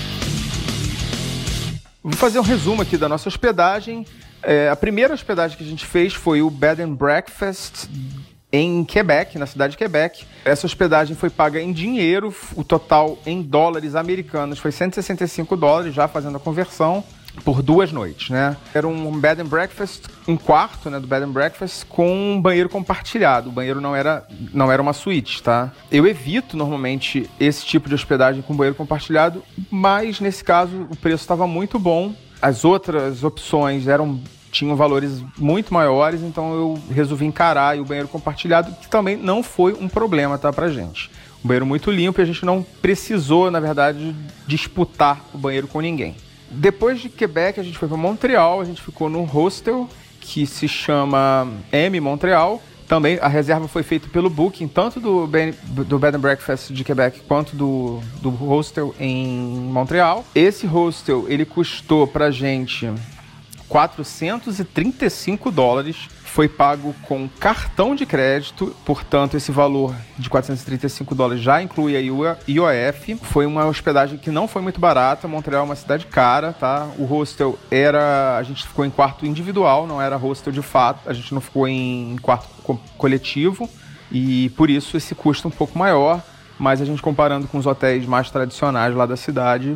Vou fazer um resumo aqui da nossa hospedagem. É, a primeira hospedagem que a gente fez foi o Bed and Breakfast em Quebec, na cidade de Quebec. Essa hospedagem foi paga em dinheiro, o total em dólares americanos foi cento e sessenta e cinco dólares, já fazendo a conversão, por duas noites, né? Era um Bed and Breakfast, um quarto, né, do Bed and Breakfast com um banheiro compartilhado. O banheiro não era, não era uma suíte, tá? Eu evito normalmente esse tipo de hospedagem com banheiro compartilhado, mas nesse caso o preço estava muito bom. As outras opções eram, tinham valores muito maiores, então eu resolvi encarar e o banheiro compartilhado, que também não foi um problema, tá, pra gente. Um banheiro muito limpo e a gente não precisou, na verdade, disputar o banheiro com ninguém. Depois de Quebec, a gente foi para Montreal, a gente ficou num hostel que se chama M Montreal. Também a reserva foi feita pelo Booking, tanto do, ben, do Bed and Breakfast de Quebec quanto do, do hostel em Montreal. Esse hostel, ele custou pra gente quatrocentos e trinta e cinco dólares. Foi pago com cartão de crédito, portanto esse valor de quatrocentos e trinta e cinco dólares já inclui a I O F. Foi uma hospedagem que não foi muito barata. Montreal é uma cidade cara, tá? O hostel era... a gente ficou em quarto individual, não era hostel de fato. A gente não ficou em quarto co- coletivo e por isso esse custo um pouco maior. Mas a gente comparando com os hotéis mais tradicionais lá da cidade,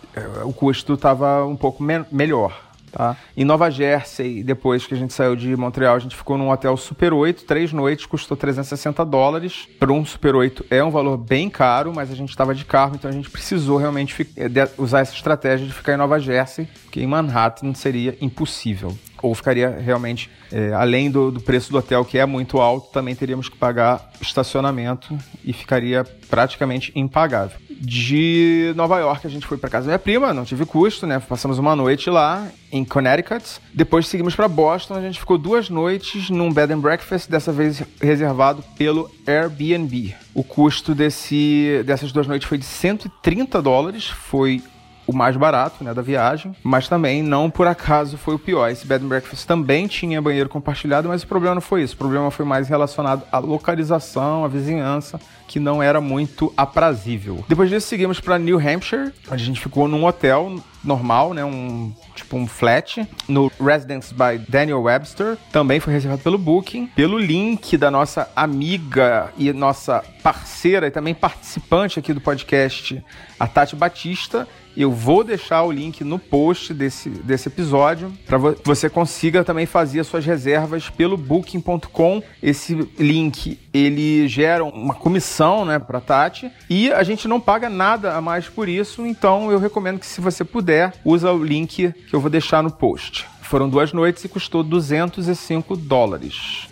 o custo estava um pouco me- melhor. Tá? Em Nova Jersey, depois que a gente saiu de Montreal, a gente ficou num hotel Super oito, três noites, custou trezentos e sessenta dólares. Para um Super oito é um valor bem caro, mas a gente estava de carro, então a gente precisou realmente fi- usar essa estratégia de ficar em Nova Jersey, porque em Manhattan seria impossível. Ou ficaria realmente, é, além do, do preço do hotel, que é muito alto, também teríamos que pagar estacionamento e ficaria praticamente impagável. De Nova York, a gente foi para casa da minha prima, não tive custo, né? Passamos uma noite lá, em Connecticut. Depois seguimos para Boston, a gente ficou duas noites num Bed and Breakfast, dessa vez reservado pelo Airbnb. O custo desse, dessas duas noites foi de cento e trinta dólares, foi o mais barato, né, da viagem, mas também não por acaso foi o pior. Esse Bed and Breakfast também tinha banheiro compartilhado, mas o problema não foi isso. O problema foi mais relacionado à localização, à vizinhança, que não era muito aprazível. Depois disso, seguimos para New Hampshire, onde a gente ficou num hotel normal, né, um tipo um flat, no Residence by Daniel Webster. Também foi reservado pelo Booking, pelo link da nossa amiga e nossa parceira e também participante aqui do podcast, a Tati Batista. Eu vou deixar o link no post desse, desse episódio para vo- você consiga também fazer as suas reservas pelo booking ponto com. Esse link, ele gera uma comissão, né, para a Tati e a gente não paga nada a mais por isso, então eu recomendo que, se você puder, usa o link que eu vou deixar no post. Foram duas noites e custou duzentos e cinco dólares.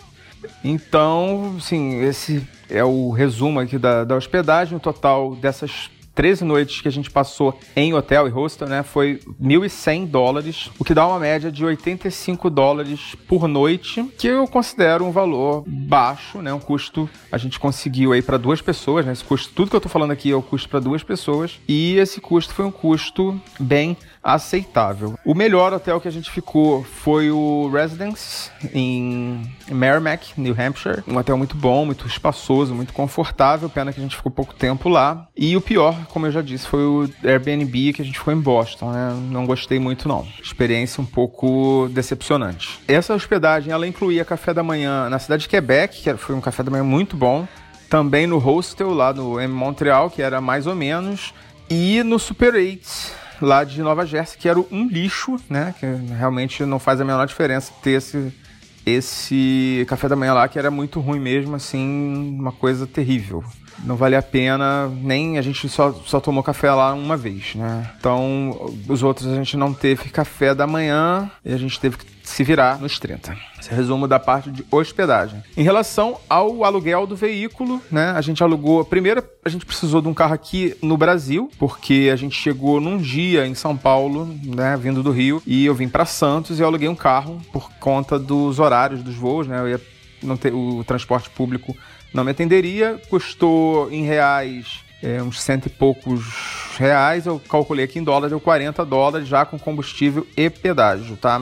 Então, sim, esse é o resumo aqui da, da hospedagem. O total dessas treze noites que a gente passou em hotel e hostel, né, foi mil e cem dólares, o que dá uma média de oitenta e cinco dólares por noite, que eu considero um valor baixo, né, um custo, a gente conseguiu aí para duas pessoas, né, esse custo, tudo que eu tô falando aqui é o custo para duas pessoas, e esse custo foi um custo bem aceitável. O melhor hotel que a gente ficou foi o Residence em Merrimack, New Hampshire, um hotel muito bom, muito espaçoso, muito confortável, pena que a gente ficou pouco tempo lá. E o pior, como eu já disse, foi o Airbnb que a gente ficou em Boston, né? Não gostei muito não, experiência um pouco decepcionante. Essa hospedagem, ela incluía café da manhã na cidade de Quebec, que foi um café da manhã muito bom, também no hostel lá no em Montreal, que era mais ou menos, e no Super oito lá de Nova Jersey, que era um lixo, né? Que realmente não faz a menor diferença ter esse, esse café da manhã lá, que era muito ruim mesmo, assim, uma coisa terrível. Não valia a pena, nem a gente só, só tomou café lá uma vez, né? Então, os outros a gente não teve café da manhã e a gente teve que se virar nos trinta. Esse é o resumo da parte de hospedagem. Em relação ao aluguel do veículo, né? A gente alugou... Primeiro, a gente precisou de um carro aqui no Brasil, porque a gente chegou num dia em São Paulo, né? Vindo do Rio, e eu vim para Santos e eu aluguei um carro por conta dos horários dos voos, né? Eu ia não ter, o transporte público não me atenderia, custou em reais é, uns cento e poucos reais, eu calculei aqui em dólares, deu quarenta dólares já com combustível e pedágio, tá?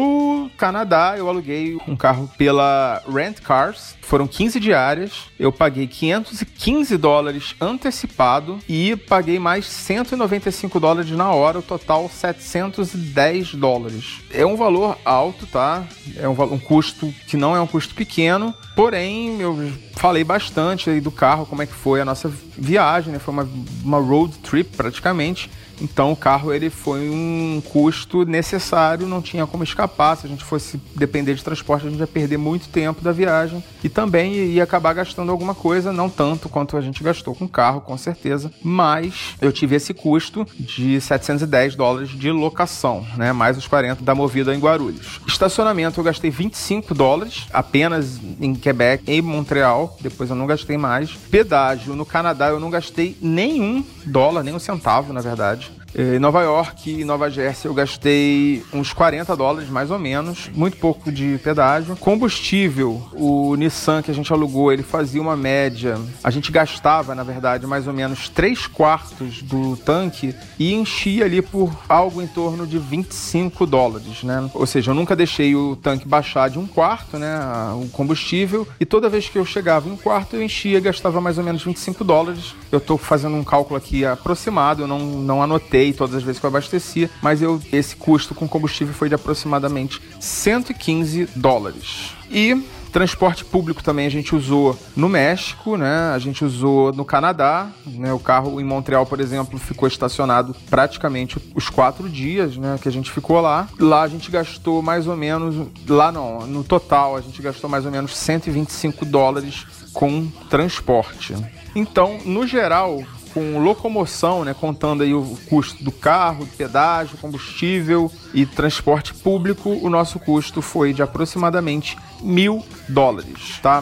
No Canadá, eu aluguei um carro pela Rent Cars, foram quinze diárias, eu paguei quinhentos e quinze dólares antecipado e paguei mais cento e noventa e cinco dólares na hora, o total setecentos e dez dólares. É um valor alto, tá? É um, um custo que não é um custo pequeno, porém, eu falei bastante aí do carro, como é que foi a nossa viagem, né? Foi uma, uma road trip praticamente. Então o carro ele foi um custo necessário, não tinha como escapar. Se a gente fosse depender de transporte, a gente ia perder muito tempo da viagem e também ia acabar gastando alguma coisa, não tanto quanto a gente gastou com o carro, com certeza, mas eu tive esse custo de setecentos e dez dólares de locação, né? Mais os quarenta da Movida em Guarulhos. Estacionamento eu gastei vinte e cinco dólares apenas em Quebec e Montreal, depois eu não gastei mais. Pedágio no Canadá eu não gastei nenhum dólar, nem um centavo na verdade. Em Nova York e Nova Jersey eu gastei uns quarenta dólares mais ou menos, muito pouco de pedágio. Combustível, o Nissan que a gente alugou, ele fazia uma média, a gente gastava na verdade mais ou menos três quartos do tanque e enchia ali por algo em torno de vinte e cinco dólares, né? Ou seja, eu nunca deixei o tanque baixar de um quarto, né, o combustível, e toda vez que eu chegava em um quarto eu enchia e gastava mais ou menos vinte e cinco dólares. Eu tô fazendo um cálculo aqui aproximado, eu não, não anotei todas as vezes que eu abastecia, mas eu, esse custo com combustível foi de aproximadamente cento e quinze dólares. E transporte público também a gente usou no México, né? A gente usou no Canadá, né? O carro em Montreal, por exemplo, ficou estacionado praticamente os quatro dias, né? Que a gente ficou lá. Lá a gente gastou mais ou menos, lá não, no total a gente gastou mais ou menos cento e vinte e cinco dólares com transporte. Então, no geral, com locomoção, né, contando aí o custo do carro, pedágio, combustível e transporte público, o nosso custo foi de aproximadamente mil dólares, tá?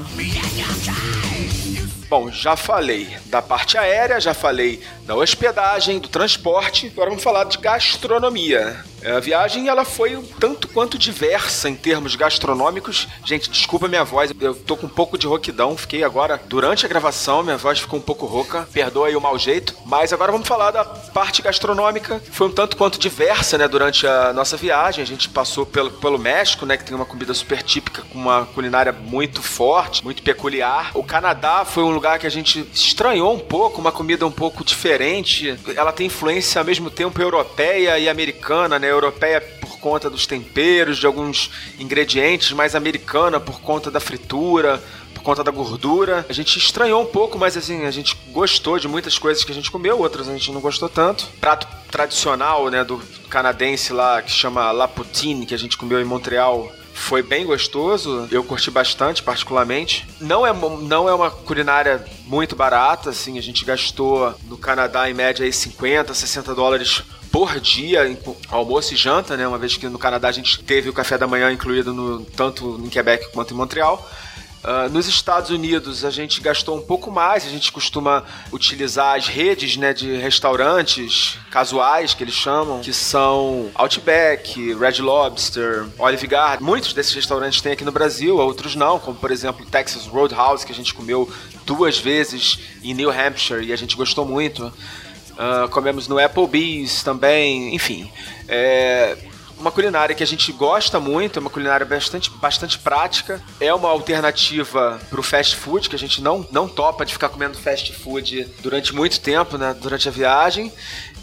Bom, já falei da parte aérea, já falei da hospedagem, do transporte, agora vamos falar de gastronomia. A viagem ela foi um tanto quanto diversa em termos gastronômicos. Gente, desculpa minha voz, eu tô com um pouco de rouquidão, fiquei agora, durante a gravação, minha voz ficou um pouco rouca, perdoa aí o mau jeito, mas agora vamos falar da parte gastronômica. Foi um tanto quanto diversa, né, durante a nossa viagem. A gente passou pelo, pelo México, né, que tem uma comida super típica, com uma culinária muito forte, muito peculiar. O Canadá foi um lugar que a gente estranhou um pouco, uma comida um pouco diferente. Ela tem influência ao mesmo tempo europeia e americana, né? Europeia por conta dos temperos, de alguns ingredientes, mais americana por conta da fritura, por conta da gordura. A gente estranhou um pouco, mas assim, a gente gostou de muitas coisas que a gente comeu, outras a gente não gostou tanto. Prato tradicional, né, do canadense lá, que chama La Poutine, que a gente comeu em Montreal, foi bem gostoso, eu curti bastante, particularmente. Não é, não é uma culinária muito barata, assim, a gente gastou no Canadá em média aí cinquenta, sessenta dólares por dia, em almoço e janta, né? Uma vez que no Canadá a gente teve o café da manhã incluído no, tanto em Quebec quanto em Montreal. Uh, nos Estados Unidos a gente gastou um pouco mais, a gente costuma utilizar as redes, né, de restaurantes casuais, que eles chamam, que são Outback, Red Lobster, Olive Garden. Muitos desses restaurantes tem aqui no Brasil, outros não, como por exemplo Texas Roadhouse, que a gente comeu duas vezes em New Hampshire e a gente gostou muito. Uh, comemos no Applebee's também, enfim. É... Uma culinária que a gente gosta muito, é uma culinária bastante, bastante prática, é uma alternativa pro fast food, que a gente não, não topa de ficar comendo fast food durante muito tempo, né, durante a viagem.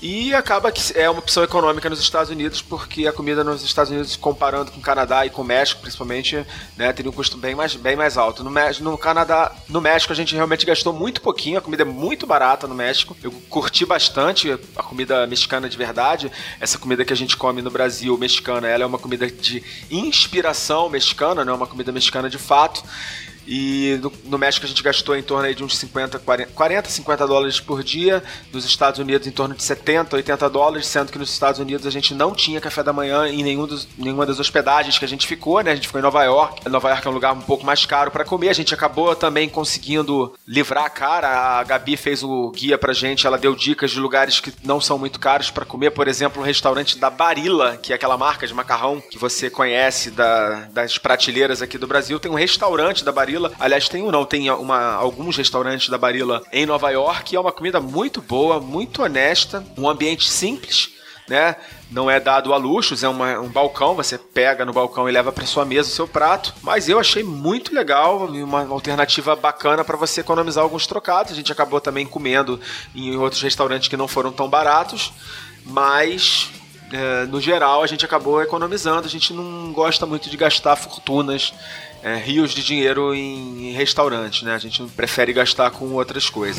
e acaba que é uma opção econômica nos Estados Unidos, porque a comida nos Estados Unidos, comparando com o Canadá e com o México, principalmente, né, teria um custo bem mais, bem mais alto. No, no Canadá, no México, a gente realmente gastou muito pouquinho, a comida é muito barata no México. Eu curti bastante a comida mexicana de verdade. Essa comida que a gente come no Brasil, mexicana, ela é uma comida de inspiração mexicana, não é uma comida mexicana de fato. E no, no México a gente gastou em torno aí de uns cinquenta, quarenta, cinquenta dólares por dia. Nos Estados Unidos em torno de setenta, oitenta dólares, sendo que nos Estados Unidos a gente não tinha café da manhã em nenhum dos, nenhuma das hospedagens que a gente ficou, né? A gente ficou em Nova York. Nova York é um lugar um pouco mais caro para comer. A gente acabou também conseguindo livrar a cara. A Gabi fez o guia pra gente, ela deu dicas de lugares que não são muito caros para comer. Por exemplo, o restaurante da Barilla, que é aquela marca de macarrão que você conhece da, das prateleiras aqui do Brasil. Tem um restaurante da Barilla. Aliás, tem um não, tem uma, alguns restaurantes da Barilla em Nova York, e é uma comida muito boa, muito honesta, um ambiente simples, né? Não é dado a luxos, é uma, um balcão, você pega no balcão e leva para sua mesa o seu prato, mas eu achei muito legal, uma alternativa bacana para você economizar alguns trocados. A gente acabou também comendo em outros restaurantes que não foram tão baratos, mas... É, no geral a gente acabou economizando. A gente não gosta muito de gastar fortunas, é, rios de dinheiro em, em restaurantes, né? A gente prefere gastar com outras coisas.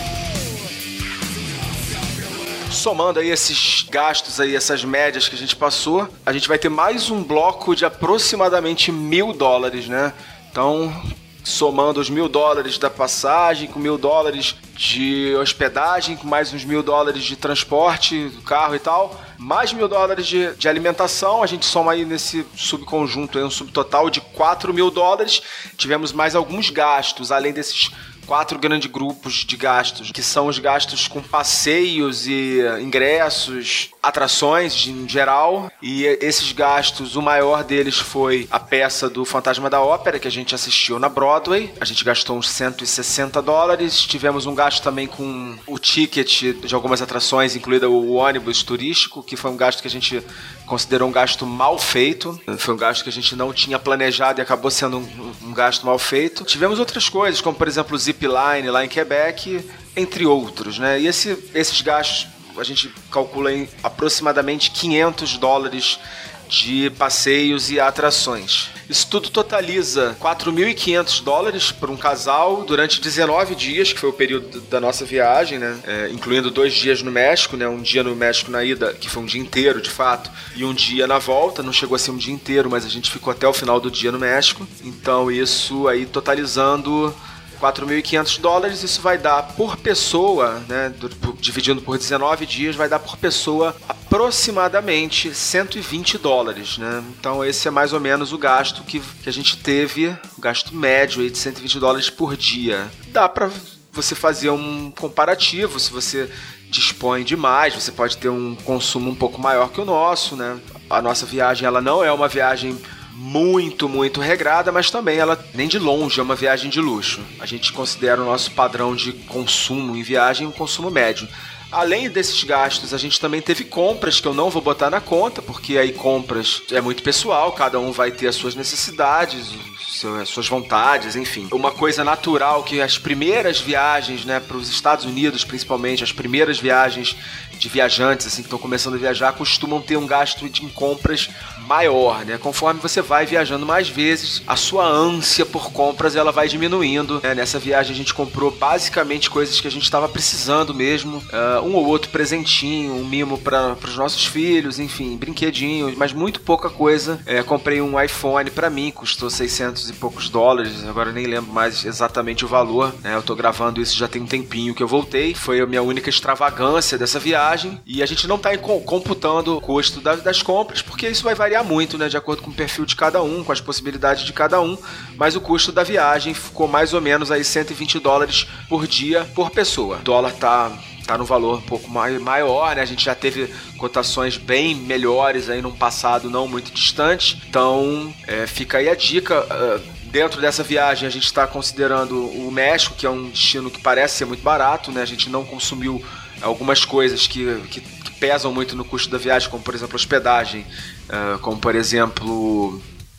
Somando aí esses gastos aí, essas médias que a gente passou, a gente vai ter mais um bloco de aproximadamente mil dólares, né? Então, somando os mil dólares da passagem, com mil dólares de hospedagem, com mais uns mil dólares de transporte do carro e tal, mais mil dólares de, de alimentação, a gente soma aí nesse subconjunto aí um subtotal de quatro mil dólares. Tivemos mais alguns gastos, além desses quatro grandes grupos de gastos, que são os gastos com passeios e ingressos, atrações em geral. E esses gastos, o maior deles foi a peça do Fantasma da Ópera, que a gente assistiu na Broadway. A gente gastou uns cento e sessenta dólares. Tivemos um gasto também com o ticket de algumas atrações, incluído o ônibus turístico, que foi um gasto que a gente considerou um gasto mal feito. Foi um gasto que a gente não tinha planejado e acabou sendo um, um gasto mal feito. Tivemos outras coisas, como por exemplo o Zipline lá em Quebec, entre outros, né? E esse, esses gastos a gente calcula em aproximadamente quinhentos dólares de passeios e atrações. Isso tudo totaliza quatro mil e quinhentos dólares por um casal durante dezenove dias, que foi o período da nossa viagem, né? É, incluindo dois dias no México, né? Um dia no México na ida, que foi um dia inteiro de fato, e um dia na volta. Não chegou a ser um dia inteiro, mas a gente ficou até o final do dia no México. Então isso aí totalizando quatro mil e quinhentos dólares, isso vai dar por pessoa, né, dividindo por dezenove dias, vai dar por pessoa aproximadamente cento e vinte dólares, né? Então esse é mais ou menos o gasto que, que a gente teve, o gasto médio aí de cento e vinte dólares por dia. Dá para você fazer um comparativo, se você dispõe de mais, você pode ter um consumo um pouco maior que o nosso, né? A nossa viagem, ela não é uma viagem muito, muito regrada, mas também ela nem de longe é uma viagem de luxo. A gente considera o nosso padrão de consumo em viagem um consumo médio. Além desses gastos, a gente também teve compras que eu não vou botar na conta, porque aí compras é muito pessoal, cada um vai ter as suas necessidades, as suas vontades, enfim. Uma coisa natural que as primeiras viagens, né, para os Estados Unidos, principalmente, as primeiras viagens de viajantes, assim, que estão começando a viajar, costumam ter um gasto de compras maior, né? Conforme você vai viajando mais vezes, a sua ânsia por compras, ela vai diminuindo, né? Nessa viagem a gente comprou basicamente coisas que a gente estava precisando mesmo, uh, um ou outro presentinho, um mimo para os nossos filhos, enfim, brinquedinhos, mas muito pouca coisa. É, comprei um iPhone para mim, custou seiscentos e poucos dólares, agora eu nem lembro mais exatamente o valor, né? Eu tô gravando isso já tem um tempinho que eu voltei, foi a minha única extravagância dessa viagem, e a gente não está computando o custo das compras, porque isso vai variar muito, né, de acordo com o perfil de cada um, com as possibilidades de cada um, mas o custo da viagem ficou mais ou menos aí cento e vinte dólares por dia por pessoa. O dólar tá tá no valor um pouco maior, né? A gente já teve cotações bem melhores aí num passado não muito distante, então é, fica aí a dica. Uh, Dentro dessa viagem a gente está considerando o México, que é um destino que parece ser muito barato, né? A gente não consumiu algumas coisas que, que, que pesam muito no custo da viagem, como por exemplo hospedagem, uh, como por exemplo a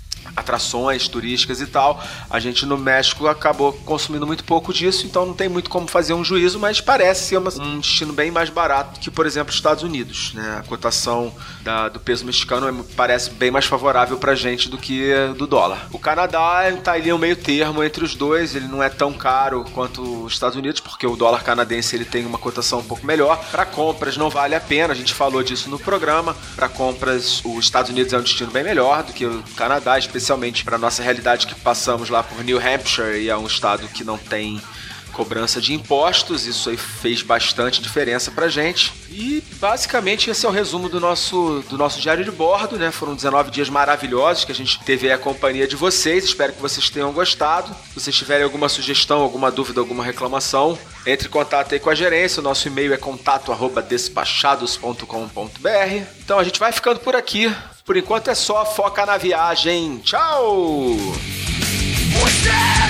atrações turísticas e tal. A gente no México acabou consumindo muito pouco disso, então não tem muito como fazer um juízo, mas parece ser uma, um destino bem mais barato que, por exemplo, os Estados Unidos, né? A cotação da, do peso mexicano é, parece bem mais favorável pra gente do que do dólar. O Canadá tá ali um meio termo entre os dois, ele não é tão caro quanto os Estados Unidos, porque o dólar canadense ele tem uma cotação um pouco melhor. Para compras não vale a pena, a gente falou disso no programa. Para compras, os Estados Unidos é um destino bem melhor do que o Canadá, especialmente para nossa realidade que passamos lá por New Hampshire, e é um estado que não tem cobrança de impostos. Isso aí fez bastante diferença pra gente. E basicamente esse é o resumo do nosso, do nosso diário de bordo, né? Foram dezenove dias maravilhosos que a gente teve a companhia de vocês. Espero que vocês tenham gostado. Se vocês tiverem alguma sugestão, alguma dúvida, alguma reclamação, entre em contato aí com a gerência. O nosso e-mail é contato arroba despachados ponto com ponto b r. Então a gente vai ficando por aqui. Por enquanto é só, foca na viagem. Tchau!